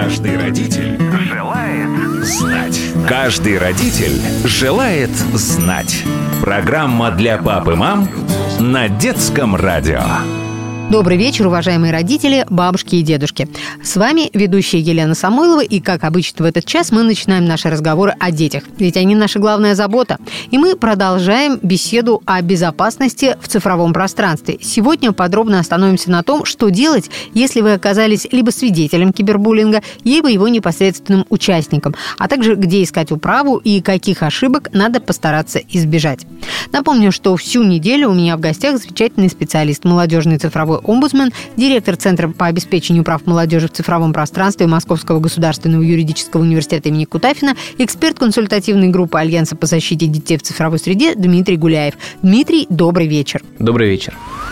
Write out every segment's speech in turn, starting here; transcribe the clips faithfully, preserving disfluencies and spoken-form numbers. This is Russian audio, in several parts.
Каждый родитель желает знать. Каждый родитель желает знать. Программа для пап и мам на Детском радио. Добрый вечер, уважаемые родители, бабушки и дедушки. С вами ведущая Елена Самойлова, и, как обычно, в этот час мы начинаем наши разговоры о детях, ведь они наша главная забота. И мы продолжаем беседу о безопасности в цифровом пространстве. Сегодня подробно остановимся на том, что делать, если вы оказались либо свидетелем кибербуллинга, либо его непосредственным участником, а также где искать управу и каких ошибок надо постараться избежать. Напомню, что всю неделю у меня в гостях замечательный специалист, молодежный цифровой омбудсмен, директор Центра по обеспечению прав молодежи в цифровом пространстве Московского государственного юридического университета имени Кутафина, эксперт консультативной группы Альянса по защите детей в цифровой среде Дмитрий Гуляев. Дмитрий, добрый вечер. Добрый вечер.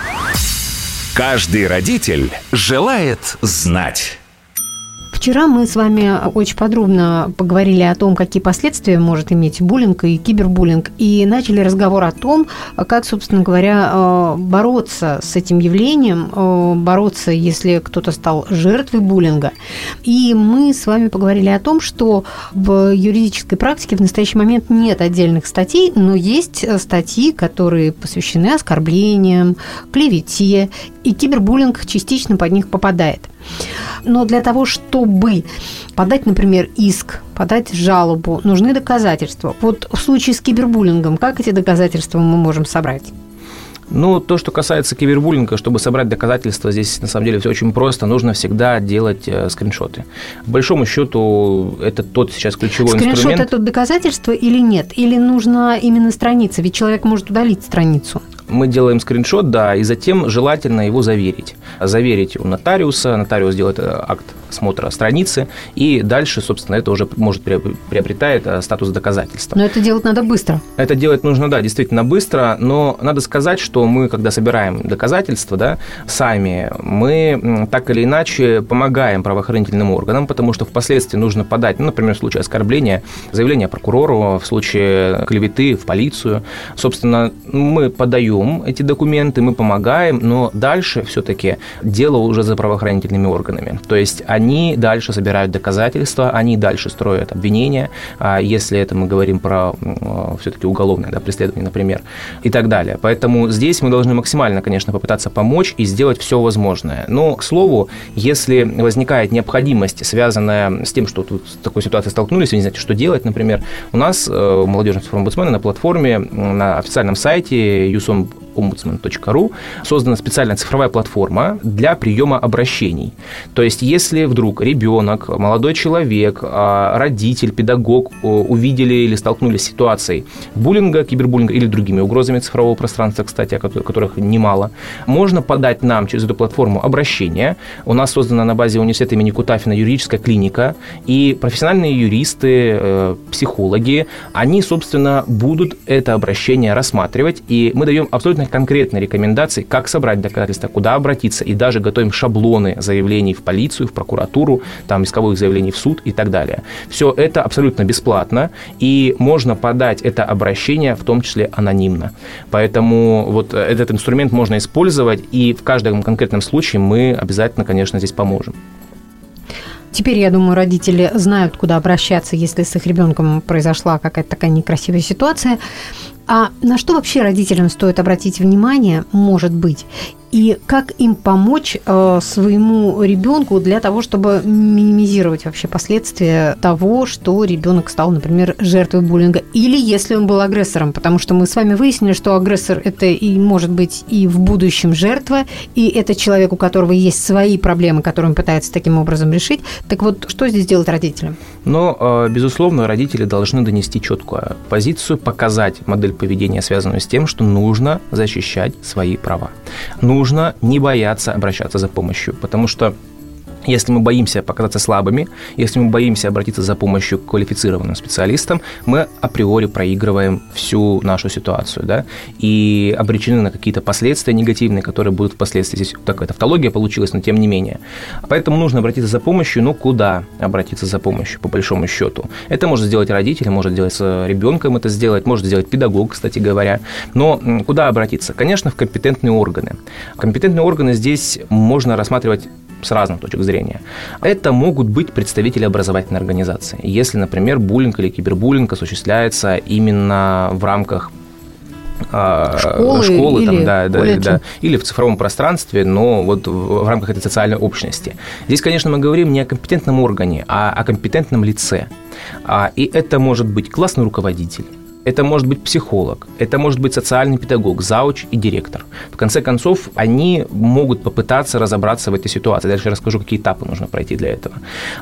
Каждый родитель желает знать. Вчера мы с вами очень подробно поговорили о том, какие последствия может иметь буллинг и кибербуллинг, и начали разговор о том, как, собственно говоря, бороться с этим явлением, бороться, если кто-то стал жертвой буллинга. И мы с вами поговорили о том, что в юридической практике в настоящий момент нет отдельных статей, но есть статьи, которые посвящены оскорблениям, клевете, и кибербуллинг частично под них попадает. Но для того, чтобы подать, например, иск, подать жалобу, нужны доказательства. Вот в случае с кибербуллингом, как эти доказательства мы можем собрать? Ну, то, что касается кибербуллинга, чтобы собрать доказательства, здесь на самом деле все очень просто. Нужно всегда делать э, скриншоты. По большому счету, это тот сейчас ключевой Скриншот инструмент. Скриншот – это доказательство или нет? Или нужна именно страница? Ведь человек может удалить страницу. Мы делаем скриншот, да, и затем желательно его заверить. Заверить у нотариуса, нотариус делает акт осмотра страницы, и дальше, собственно, это уже может приобретает статус доказательства. Но это делать надо быстро. Это делать нужно, да, действительно быстро, но надо сказать, что мы, когда собираем доказательства, да, сами, мы так или иначе помогаем правоохранительным органам, потому что впоследствии нужно подать, ну, например, в случае оскорбления, заявление прокурору, в случае клеветы в полицию. Собственно, мы подаем эти документы, мы помогаем, но дальше все-таки дело уже за правоохранительными органами. То есть они дальше собирают доказательства, они дальше строят обвинения, если это мы говорим про все-таки уголовное, да, преследование, например, и так далее. Поэтому здесь мы должны максимально, конечно, попытаться помочь и сделать все возможное. Но, к слову, если возникает необходимость, связанная с тем, что тут с такой ситуацией столкнулись, вы не знаете, что делать, например, у нас у молодежного цифрового омбудсмена на платформе, на официальном сайте юсом омбудсмен точка ру создана специальная цифровая платформа для приема обращений. То есть, если вдруг ребенок, молодой человек, родитель, педагог увидели или столкнулись с ситуацией буллинга, кибербуллинга или другими угрозами цифрового пространства, кстати, о которых немало, можно подать нам через эту платформу обращение. У нас создана на базе университета имени Кутафина юридическая клиника, и профессиональные юристы, психологи, они, собственно, будут это обращение рассматривать, и мы даем абсолютно конкретные рекомендации, как собрать доказательства, куда обратиться, и даже готовим шаблоны заявлений в полицию, в прокуратуру, там, исковых заявлений в суд и так далее. Все это абсолютно бесплатно, и можно подать это обращение, в том числе анонимно. Поэтому вот этот инструмент можно использовать, и в каждом конкретном случае мы обязательно, конечно, здесь поможем. Теперь, я думаю, родители знают, куда обращаться, если с их ребенком произошла какая-то такая некрасивая ситуация. А на что вообще родителям стоит обратить внимание, может быть, и как им помочь э, своему ребенку для того, чтобы минимизировать вообще последствия того, что ребенок стал, например, жертвой буллинга, или если он был агрессором, потому что мы с вами выяснили, что агрессор – это и может быть и в будущем жертва, и это человек, у которого есть свои проблемы, которые он пытается таким образом решить. Так вот, что здесь делать родителям? Но, безусловно, родители должны донести четкую позицию, показать модель поведения, связанную с тем, что нужно защищать свои права. Нужно не бояться обращаться за помощью, потому что Если мы боимся показаться слабыми, если мы боимся обратиться за помощью к квалифицированным специалистам, мы априори проигрываем всю нашу ситуацию, да, и обречены на какие-то последствия негативные, которые будут впоследствии. Здесь такая тавтология получилась, но тем не менее. Поэтому нужно обратиться за помощью, но куда обратиться за помощью, по большому счету? Это может сделать родитель, может сделать с ребенком это сделать, может сделать педагог, кстати говоря. Но куда обратиться? Конечно, в компетентные органы. Компетентные органы здесь можно рассматривать с разных точек зрения. Это могут быть представители образовательной организации. Если, например, буллинг или кибербуллинг осуществляется именно в рамках школы, школы или, там, да, да, да, или в цифровом пространстве, но вот в, в рамках этой социальной общности. Здесь, конечно, мы говорим не о компетентном органе, а о компетентном лице. И это может быть классный руководитель, это может быть психолог, это может быть социальный педагог, зауч и директор. В конце концов, они могут попытаться разобраться в этой ситуации. Дальше я расскажу, какие этапы нужно пройти для этого.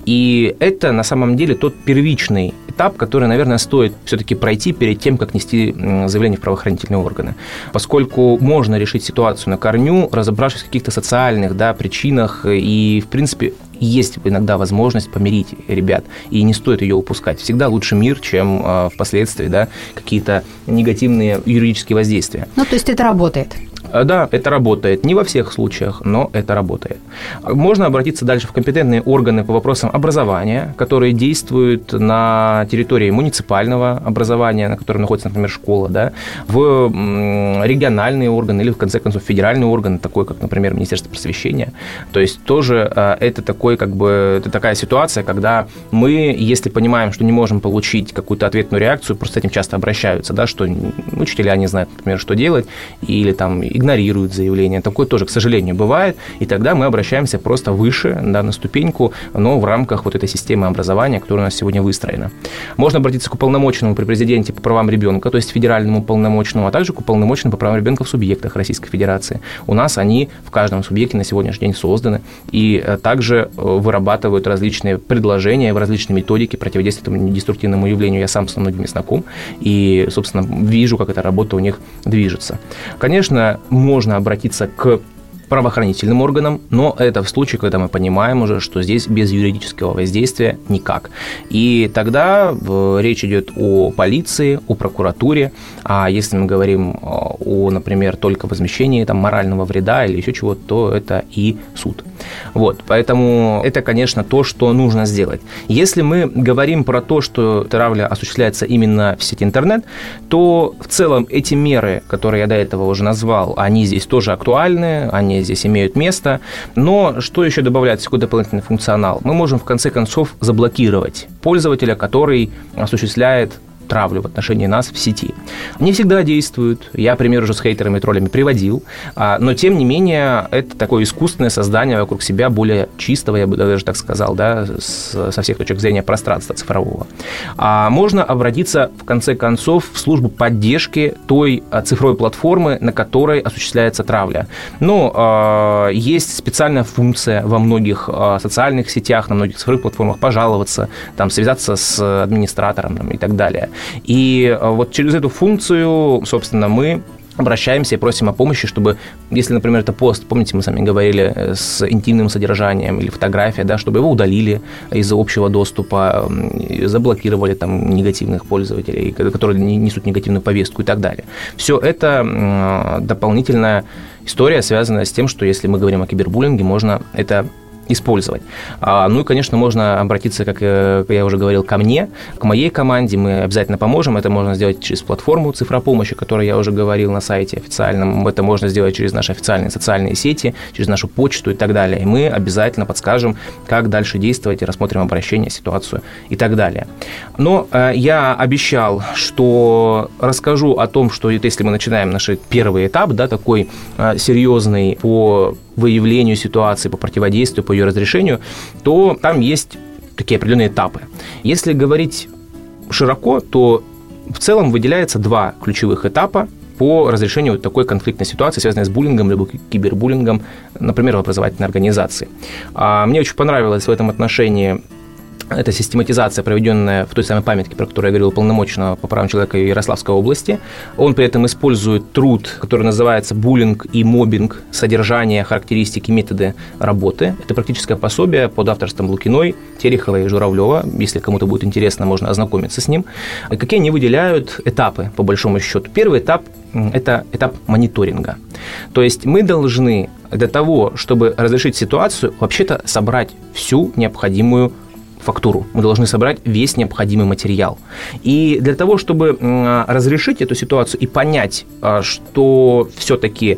И это, на самом деле, тот первичный этап, который, наверное, стоит все-таки пройти перед тем, как нести заявление в правоохранительные органы. Поскольку можно решить ситуацию на корню, разобравшись в каких-то социальных, да, причинах, и, в принципе, есть иногда возможность помирить ребят, и не стоит ее упускать. Всегда лучше мир, чем э, впоследствии, да, какие-то негативные юридические воздействия. Ну, то есть это работает? Да, это работает. Не во всех случаях, но это работает. Можно обратиться дальше в компетентные органы по вопросам образования, которые действуют на территории муниципального образования, на котором находится, например, школа, да, в региональные органы или, в конце концов, федеральные органы, такой, как, например, Министерство просвещения. То есть тоже это, такой, как бы, это такая ситуация, когда мы, если понимаем, что не можем получить какую-то ответную реакцию, просто с этим часто обращаются, да, что учителя не знают, например, что делать, или там игнорируют заявление. Такое тоже, к сожалению, бывает. И тогда мы обращаемся просто выше, да, на ступеньку, но в рамках вот этой системы образования, которая у нас сегодня выстроена. Можно обратиться к уполномоченному при президенте по правам ребенка, то есть федеральному уполномоченному, а также к уполномоченному по правам ребенка в субъектах Российской Федерации. У нас они в каждом субъекте на сегодняшний день созданы и также вырабатывают различные предложения в различные методики противодействия этому деструктивному явлению. Я сам со многими знаком и, собственно, вижу, как эта работа у них движется. Конечно, можно обратиться к правоохранительным органам, но это в случае, когда мы понимаем уже, что здесь без юридического воздействия никак. И тогда речь идет о полиции, о прокуратуре, а если мы говорим о, например, только возмещении там, морального вреда или еще чего-то, то это и суд. Вот, поэтому это, конечно, то, что нужно сделать. Если мы говорим про то, что травля осуществляется именно в сети интернет, то в целом эти меры, которые я до этого уже назвал, они здесь тоже актуальны, они здесь имеют место, но что еще добавляется, какой дополнительный функционал? Мы можем, в конце концов, заблокировать пользователя, который осуществляет травлю в отношении нас в сети. Не всегда действуют. Я пример уже с хейтерами и троллями приводил. Но, тем не менее, это такое искусственное создание вокруг себя более чистого, я бы даже так сказал, да, с, со всех точек зрения пространства цифрового. А можно обратиться, в конце концов, в службу поддержки той цифровой платформы, на которой осуществляется травля. Но э, есть специальная функция во многих э, социальных сетях, на многих цифровых платформах пожаловаться, там, связаться с администратором там, и так далее. И вот через эту функцию, собственно, мы обращаемся и просим о помощи, чтобы, если, например, это пост, помните, мы с вами говорили, с интимным содержанием или фотография, да, чтобы его удалили из общего доступа, заблокировали там негативных пользователей, которые несут негативную повестку и так далее. Все это дополнительная история, связанная с тем, что если мы говорим о кибербуллинге, можно это использовать. Ну и, конечно, можно обратиться, как я уже говорил, ко мне, к моей команде, мы обязательно поможем. Это можно сделать через платформу цифропомощи, о которой я уже говорил на сайте официальном. Это можно сделать через наши официальные социальные сети, через нашу почту и так далее. И мы обязательно подскажем, как дальше действовать, и рассмотрим обращение, ситуацию и так далее. Но я обещал, что расскажу о том, что если мы начинаем наш первый этап, да, такой серьезный по выявлению ситуации, по противодействию, по ее разрешению, то там есть такие определенные этапы. Если говорить широко, то в целом выделяется два ключевых этапа по разрешению такой конфликтной ситуации, связанной с буллингом либо кибербуллингом, например, в образовательной организации. Мне очень понравилось в этом отношении эта систематизация, проведенная в той самой памятке, про которую я говорил, уполномоченного по правам человека Ярославской области. Он при этом использует труд, который называется «Буллинг и моббинг. Содержание, характеристики, методы работы». Это практическое пособие под авторством Лукиной, Тереховой и Журавлева. Если кому-то будет интересно, можно ознакомиться с ним. И какие они выделяют этапы, по большому счету? Первый этап – это этап мониторинга. То есть мы должны для того, чтобы разрешить ситуацию, вообще-то собрать всю необходимую фактуру. Мы должны собрать весь необходимый материал. И для того, чтобы разрешить эту ситуацию и понять, что все-таки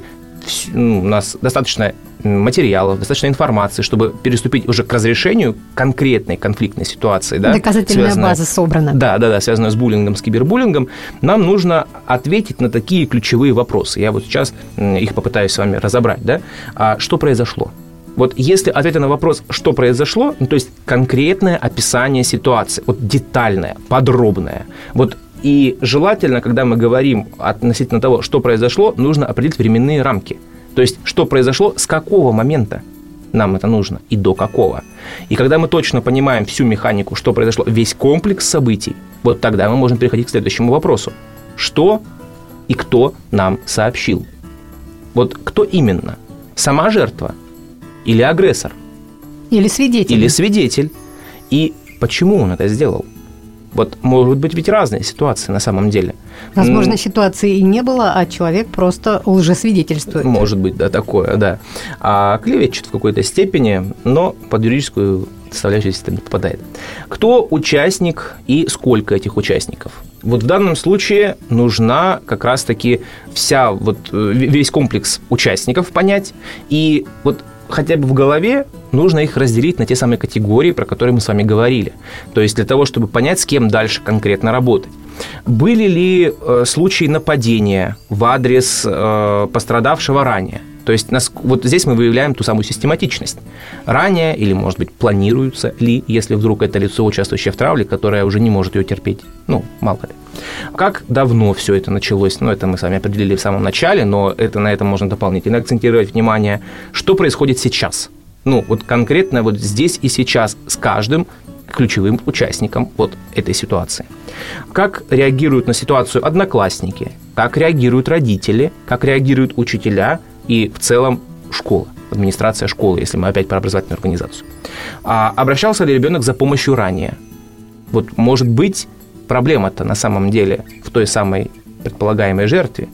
ну, у нас достаточно материалов, достаточно информации, чтобы переступить уже к разрешению конкретной конфликтной ситуации. Да, доказательная связанная, база собрана. Да, да, да, связанная с буллингом, с кибербуллингом. Нам нужно ответить на такие ключевые вопросы. Я вот сейчас их попытаюсь с вами разобрать. Да? А что произошло? Вот если ответить на вопрос, что произошло, ну, то есть конкретное описание ситуации, вот детальное, подробное. Вот и желательно, когда мы говорим относительно того, что произошло, нужно определить временные рамки. То есть, что произошло, с какого момента нам это нужно и до какого. И когда мы точно понимаем всю механику, что произошло, весь комплекс событий, вот тогда мы можем переходить к следующему вопросу. Что и кто нам сообщил? Вот кто именно? Сама жертва? Или агрессор? Или свидетель? Или свидетель. И почему он это сделал? Вот могут быть ведь разные ситуации на самом деле. Возможно, М- ситуации и не было, а человек просто лжесвидетельствует. Может быть, да, такое, да. А клеветчет в какой-то степени, но под юридическую составляющую систему не попадает. Кто участник и сколько этих участников? Вот в данном случае нужна как раз-таки вся, вот, весь комплекс участников понять, и вот хотя бы в голове нужно их разделить на те самые категории, про которые мы с вами говорили. То есть для того, чтобы понять, с кем дальше конкретно работать. Были ли э, случаи нападения в адрес э, пострадавшего ранее? То есть нас, вот здесь мы выявляем ту самую систематичность. Ранее или, может быть, планируется ли, если вдруг это лицо, участвующее в травле, которое уже не может ее терпеть. Ну, мало ли. Как давно все это началось? Ну, это мы с вами определили в самом начале, но это, на этом можно дополнительно акцентировать внимание. Что происходит сейчас? Ну, вот конкретно вот здесь и сейчас с каждым ключевым участником вот этой ситуации. Как реагируют на ситуацию одноклассники? Как реагируют родители? Как реагируют учителя? И в целом школа, администрация школы, если мы опять про образовательную организацию. А обращался ли ребенок за помощью ранее? Вот, может быть, проблема-то на самом деле в той самой предполагаемой жертве.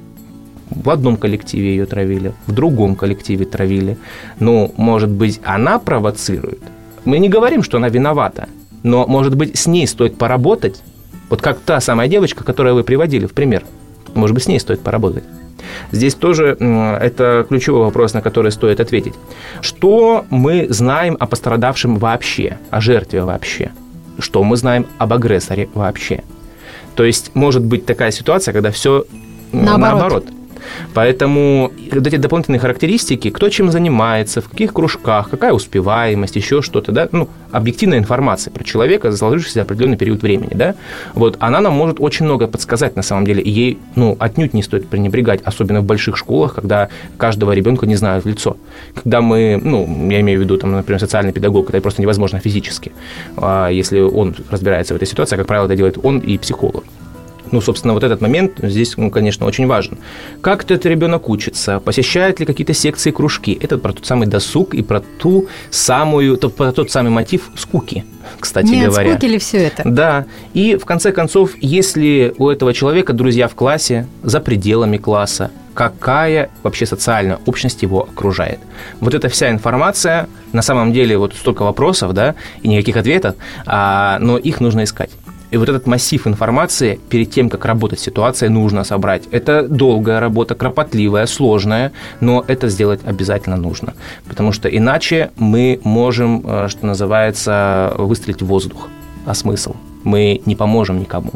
В одном коллективе ее травили, в другом коллективе травили. Ну, может быть, она провоцирует? Мы не говорим, что она виновата, но, может быть, с ней стоит поработать? Вот как та самая девочка, которую вы приводили в пример. Может быть, с ней стоит поработать. Здесь тоже это ключевой вопрос, на который стоит ответить. Что мы знаем о пострадавшем вообще, о жертве вообще? Что мы знаем об агрессоре вообще? То есть может быть такая ситуация, когда все наоборот. наоборот. Поэтому вот эти дополнительные характеристики, кто чем занимается, в каких кружках, какая успеваемость, еще что-то, да, ну, объективная информация про человека, сложившийся определенный период времени, да, вот, она нам может очень много подсказать на самом деле, и ей, ну, отнюдь не стоит пренебрегать, особенно в больших школах, когда каждого ребенка не знают в лицо. Когда мы, ну, я имею в виду, там, например, социальный педагог, это просто невозможно физически, если он разбирается в этой ситуации, как правило, это делает он и психолог. Ну, собственно, вот этот момент здесь, ну, конечно, очень важен. Как этот ребенок учится? Посещает ли какие-то секции, кружки? Это про тот самый досуг и про ту самую, то, про тот самый мотив скуки, кстати не говоря. Не от скуки ли все это? Да. И, в конце концов, если у этого человека друзья в классе, за пределами класса, какая вообще социальная общность его окружает? Вот эта вся информация, на самом деле, вот столько вопросов, да, и никаких ответов, а, но их нужно искать. И вот этот массив информации перед тем, как работать с ситуацией, нужно собрать. Это долгая работа, кропотливая, сложная, но это сделать обязательно нужно. Потому что иначе мы можем, что называется, выстрелить в воздух. А смысл? Мы не поможем никому.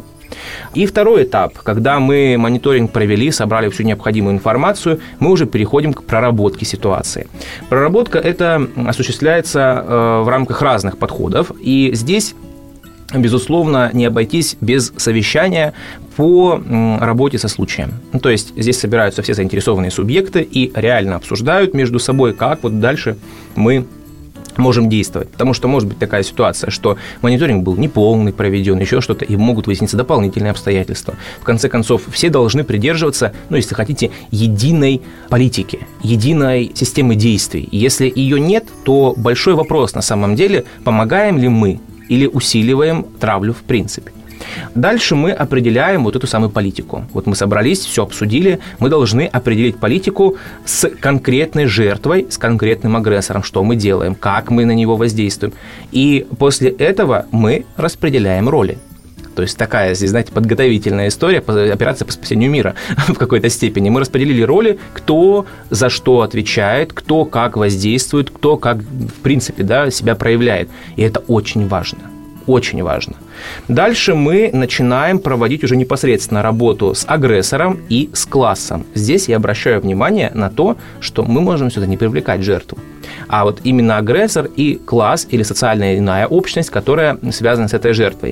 И второй этап, когда мы мониторинг провели, собрали всю необходимую информацию, мы уже переходим к проработке ситуации. Проработка это осуществляется в рамках разных подходов, и здесь безусловно, не обойтись без совещания по работе со случаем. Ну, то есть здесь собираются все заинтересованные субъекты и реально обсуждают между собой, как вот дальше мы можем действовать. Потому что может быть такая ситуация, что мониторинг был неполный, проведен, еще что-то, и могут выясниться дополнительные обстоятельства. В конце концов, все должны придерживаться, ну, если хотите, единой политики, единой системы действий. Если ее нет, то большой вопрос на самом деле, помогаем ли мы или усиливаем травлю в принципе. Дальше мы определяем вот эту самую политику. Вот мы собрались, все обсудили, мы должны определить политику с конкретной жертвой, с конкретным агрессором, что мы делаем, как мы на него воздействуем. И после этого мы распределяем роли. То есть такая здесь, знаете, подготовительная история, операция по спасению мира в какой-то степени. Мы распределили роли, кто за что отвечает, кто как воздействует, кто как, в принципе, да, себя проявляет. И это очень важно. Очень важно. Дальше мы начинаем проводить уже непосредственно работу с агрессором и с классом. Здесь я обращаю внимание на то, что мы можем сюда не привлекать жертву, а вот именно агрессор и класс или социальная иная общность, которая связана с этой жертвой.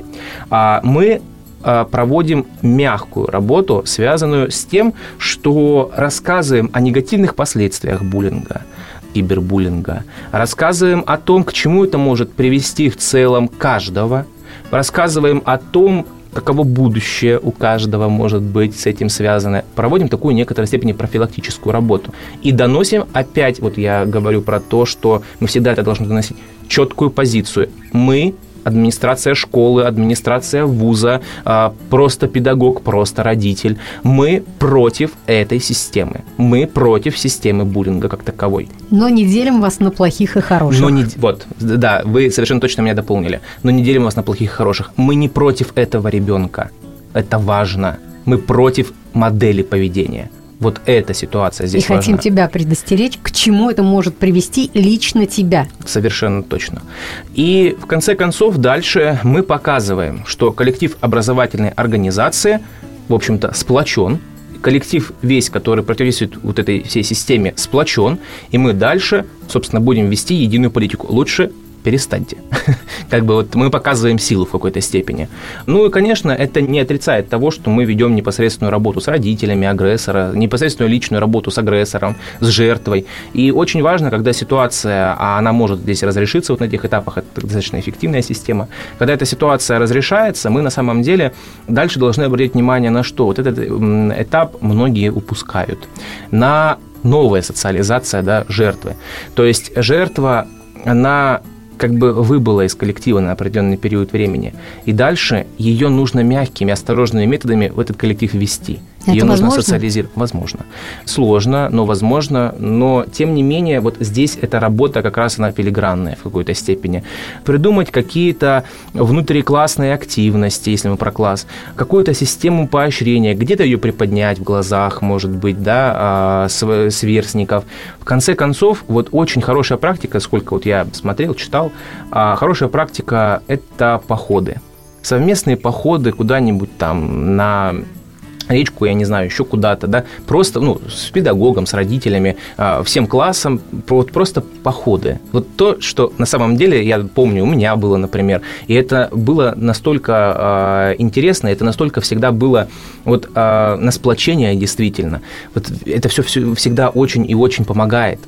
Мы проводим мягкую работу, связанную с тем, что рассказываем о негативных последствиях буллинга, кибербуллинга, рассказываем о том, к чему это может привести в целом каждого, рассказываем о том, каково будущее у каждого может быть с этим связано. Проводим такую в некоторой степени профилактическую работу. И доносим опять, вот я говорю про то, что мы всегда это должны доносить, четкую позицию. Мы, администрация школы, администрация вуза, просто педагог, просто родитель. Мы против этой системы. Мы против системы буллинга как таковой. Но не делим вас на плохих и хороших. Но не, вот, да, вы совершенно точно меня дополнили. Но не делим вас на плохих и хороших. Мы не против этого ребенка. Это важно. Мы против модели поведения. Вот эта ситуация здесь важна. И хотим важна. тебя предостеречь, к чему это может привести лично тебя. Совершенно точно. И в конце концов дальше мы показываем, что коллектив образовательной организации, в общем-то, сплочен, коллектив весь, который противодействует вот этой всей системе, сплочен, и мы дальше, собственно, будем вести единую политику. Лучше перестаньте. Как бы вот мы показываем силу в какой-то степени. Ну и, конечно, это не отрицает того, что мы ведем непосредственную работу с родителями агрессора, непосредственную личную работу с агрессором, с жертвой. И очень важно, когда ситуация, а она может здесь разрешиться вот на этих этапах, это достаточно эффективная система, когда эта ситуация разрешается, мы на самом деле дальше должны обратить внимание на что? Вот этот этап многие упускают. На новая социализация, да, жертвы. То есть жертва, она как бы выбыла из коллектива на определенный период времени. И дальше ее нужно мягкими, осторожными методами в этот коллектив ввести. Это ее возможно? нужно социализировать. Возможно. Сложно, но возможно. Но, тем не менее, вот здесь эта работа как раз она филигранная в какой-то степени. Придумать какие-то внутриклассные активности, если мы про класс, какую-то систему поощрения, где-то ее приподнять в глазах, может быть, да, сверстников. В конце концов, вот очень хорошая практика, сколько вот я смотрел, читал, хорошая практика – это походы. Совместные походы куда-нибудь там на речку, я не знаю, еще куда-то, да, просто, ну, с педагогом, с родителями, всем классом, вот просто походы. Вот то, что на самом деле, я помню, у меня было, например, и это было настолько э, интересно, это настолько всегда было вот э, на сплочение действительно. Вот это все, все всегда очень и очень помогает.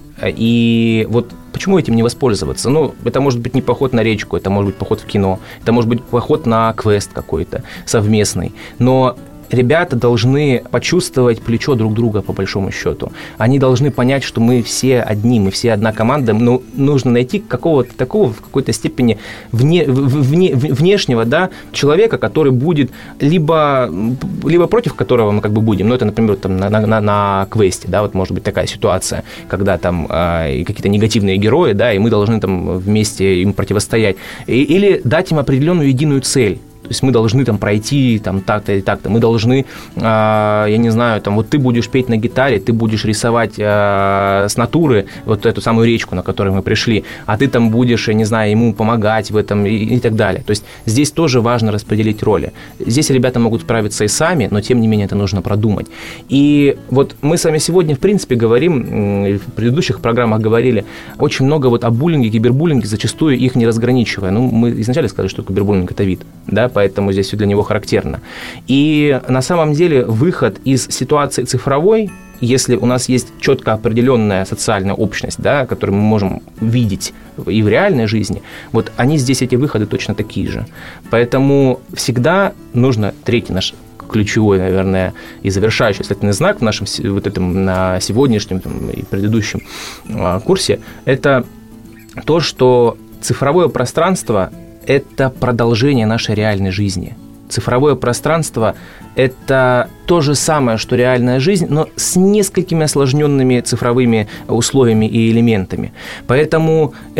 И вот почему этим не воспользоваться? Ну, это может быть не поход на речку, это может быть поход в кино, это может быть поход на квест какой-то совместный, но ребята должны почувствовать плечо друг друга, по большому счету. Они должны понять, что мы все одни, мы все одна команда. Но нужно найти какого-то такого, в какой-то степени, вне, вне, внешнего, да, человека, который будет либо, либо против которого мы как бы будем. Ну, это, например, там, на, на, на квесте, да, вот может быть такая ситуация, когда там э, какие-то негативные герои, да, и мы должны там вместе им противостоять. И, или дать им определенную единую цель. То есть мы должны там пройти там так-то и так-то. Мы должны, э, я не знаю, там вот ты будешь петь на гитаре, ты будешь рисовать э, с натуры вот эту самую речку, на которую мы пришли, а ты там будешь, я не знаю, ему помогать в этом и, и так далее. То есть здесь тоже важно распределить роли. Здесь ребята могут справиться и сами, но тем не менее это нужно продумать. И вот мы с вами сегодня, в принципе, говорим, в предыдущих программах говорили очень много вот о буллинге, кибербуллинге, зачастую их не разграничивая. Ну, мы изначально сказали, что кибербуллинг – это вид, да, поэтому здесь все для него характерно. И на самом деле выход из ситуации цифровой, если у нас есть четко определенная социальная общность, да, которую мы можем видеть и в реальной жизни, вот они здесь, эти выходы точно такие же. Поэтому всегда нужно, третий наш ключевой, наверное, и завершающий следственный знак в нашем вот этом на сегодняшнем там, и предыдущем а, курсе, это то, что цифровое пространство – это продолжение нашей реальной жизни. Цифровое пространство – это то же самое, что реальная жизнь, но с несколькими осложненными цифровыми условиями и элементами. Поэтому это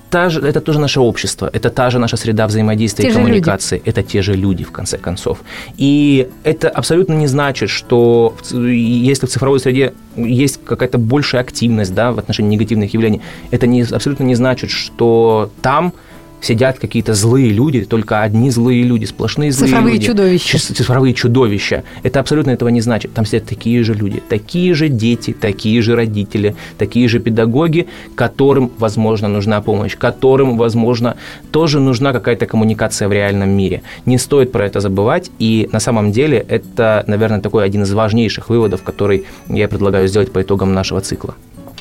та же, это тоже наше общество, это та же наша среда взаимодействия те и коммуникации, люди. Это те же люди, в конце концов. И это абсолютно не значит, что если в цифровой среде есть какая-то большая активность, да, в отношении негативных явлений, это не, абсолютно не значит, что там сидят какие-то злые люди, только одни злые люди, сплошные злые цифровые люди. Чудовища. Цифровые чудовища. Это абсолютно этого не значит. Там сидят такие же люди, такие же дети, такие же родители, такие же педагоги, которым, возможно, нужна помощь, которым, возможно, тоже нужна какая-то коммуникация в реальном мире. Не стоит про это забывать, и на самом деле это, наверное, такой один из важнейших выводов, который я предлагаю сделать по итогам нашего цикла.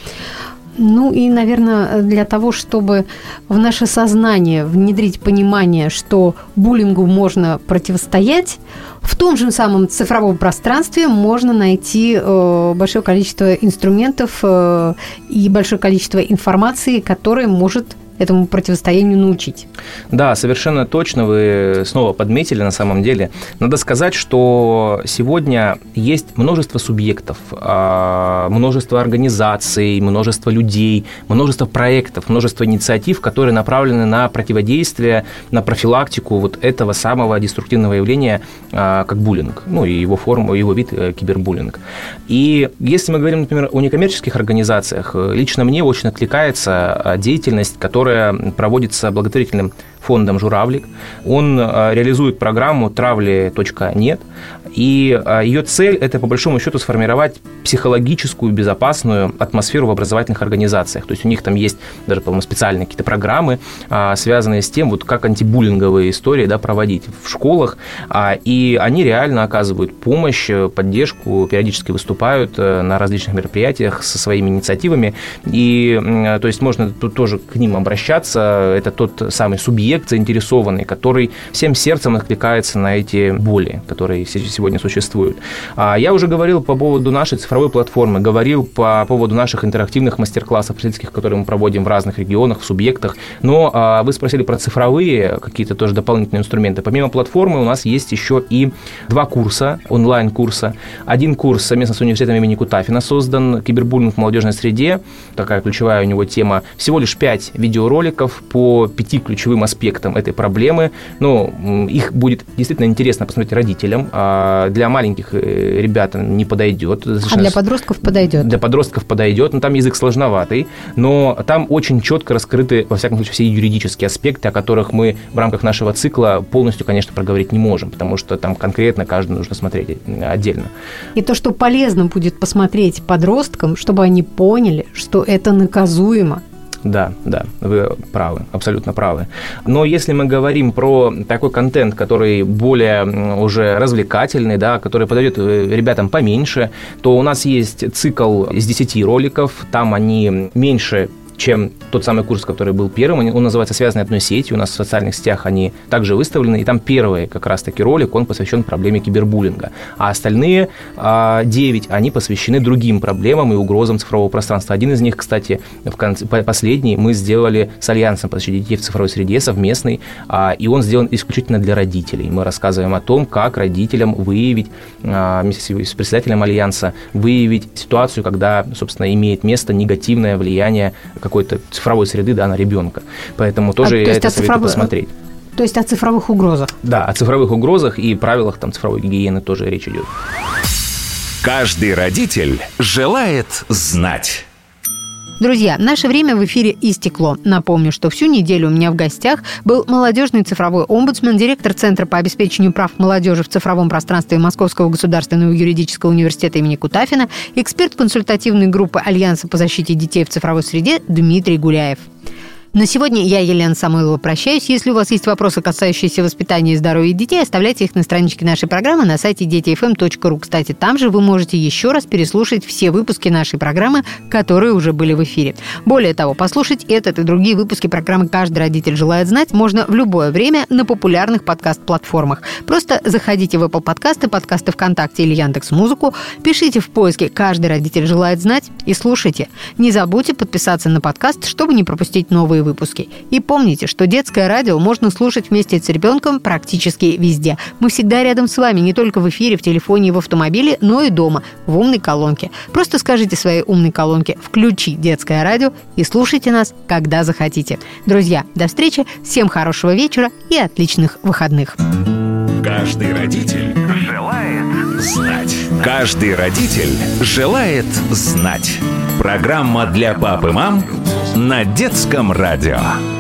Ну и, наверное, для того, чтобы в наше сознание внедрить понимание, что буллингу можно противостоять, в том же самом цифровом пространстве можно найти э, большое количество инструментов э, и большое количество информации, которая может этому противостоянию научить. Да, совершенно точно вы снова подметили на самом деле. Надо сказать, что сегодня есть множество субъектов, множество организаций, множество людей, множество проектов, множество инициатив, которые направлены на противодействие, на профилактику вот этого самого деструктивного явления, как буллинг, ну и его форма, его вид кибербуллинг. И если мы говорим, например, о некоммерческих организациях, лично мне очень откликается деятельность, которая проводится благотворительным фондом «Журавлик». Он реализует программу «Травли точка нет», и ее цель – это, по большому счету, сформировать психологическую, безопасную атмосферу в образовательных организациях. То есть у них там есть даже, по-моему, специальные какие-то программы, связанные с тем, вот как антибуллинговые истории, да, проводить в школах, и они реально оказывают помощь, поддержку, периодически выступают на различных мероприятиях со своими инициативами, и то есть можно тут тоже к ним обращаться. Это тот самый субъект заинтересованный, который всем сердцем откликается на эти боли, которые сегодня существуют. Я уже говорил по поводу нашей цифровой платформы, говорил по поводу наших интерактивных мастер-классов просветительских, которые мы проводим в разных регионах, в субъектах, но вы спросили про цифровые какие-то тоже дополнительные инструменты. Помимо платформы у нас есть еще и два курса, онлайн-курса. Один курс совместно с университетом имени Кутафина создан «Кибербуллинг в молодежной среде», такая ключевая у него тема. Всего лишь пять видеороликов по пяти ключевым аспектам этой проблемы. Ну, их будет действительно интересно посмотреть родителям. А для маленьких ребят не подойдет. А для подростков подойдет? Для подростков подойдет, но там язык сложноватый, но там очень четко раскрыты, во всяком случае, все юридические аспекты, о которых мы в рамках нашего цикла полностью, конечно, проговорить не можем, потому что там конкретно каждый нужно смотреть отдельно. И то, что полезно будет посмотреть подросткам, чтобы они поняли, что это наказуемо. Да, да, вы правы, абсолютно правы. Но если мы говорим про такой контент, который более уже развлекательный, да, который подойдет ребятам поменьше, то у нас есть цикл из десяти роликов, там они меньше, чем тот самый курс, который был первым. Он называется «Связанные одной сетью». У нас в социальных сетях они также выставлены. И там первый как раз-таки ролик, он посвящен проблеме кибербуллинга. А остальные девять, они посвящены другим проблемам и угрозам цифрового пространства. Один из них, кстати, в конце, последний, мы сделали с Альянсом по защите детей в цифровой среде, совместный. И он сделан исключительно для родителей. Мы рассказываем о том, как родителям выявить, вместе с председателем Альянса, выявить ситуацию, когда, собственно, имеет место негативное влияние какой-то цифровой среды, да, на ребенка. Поэтому тоже а, я это советую цифров... посмотреть. То есть о цифровых угрозах? Да, о цифровых угрозах и правилах там цифровой гигиены тоже речь идет. Каждый родитель желает знать. Друзья, наше время в эфире истекло. Напомню, что всю неделю у меня в гостях был молодежный цифровой омбудсмен, директор Центра по обеспечению прав молодежи в цифровом пространстве Московского государственного юридического университета имени Кутафина, эксперт консультативной группы Альянса по защите детей в цифровой среде Дмитрий Гуляев. На сегодня я, Елена Самойлова, прощаюсь. Если у вас есть вопросы, касающиеся воспитания и здоровья детей, оставляйте их на страничке нашей программы на сайте дети эф эм точка ру. Кстати, там же вы можете еще раз переслушать все выпуски нашей программы, которые уже были в эфире. Более того, послушать этот и другие выпуски программы «Каждый родитель желает знать» можно в любое время на популярных подкаст-платформах. Просто заходите в Apple подкасты, подкасты ВКонтакте или Яндекс.Музыку, пишите в поиске «Каждый родитель желает знать» и слушайте. Не забудьте подписаться на подкаст, чтобы не пропустить новые новые выпуски. И помните, что детское радио можно слушать вместе с ребенком практически везде. Мы всегда рядом с вами, не только в эфире, в телефоне и в автомобиле, но и дома, в умной колонке. Просто скажите своей умной колонке «Включи детское радио» и слушайте нас, когда захотите. Друзья, до встречи, всем хорошего вечера и отличных выходных. Каждый родитель желает знать. Каждый родитель желает знать. Программа для пап и мам на детском радио.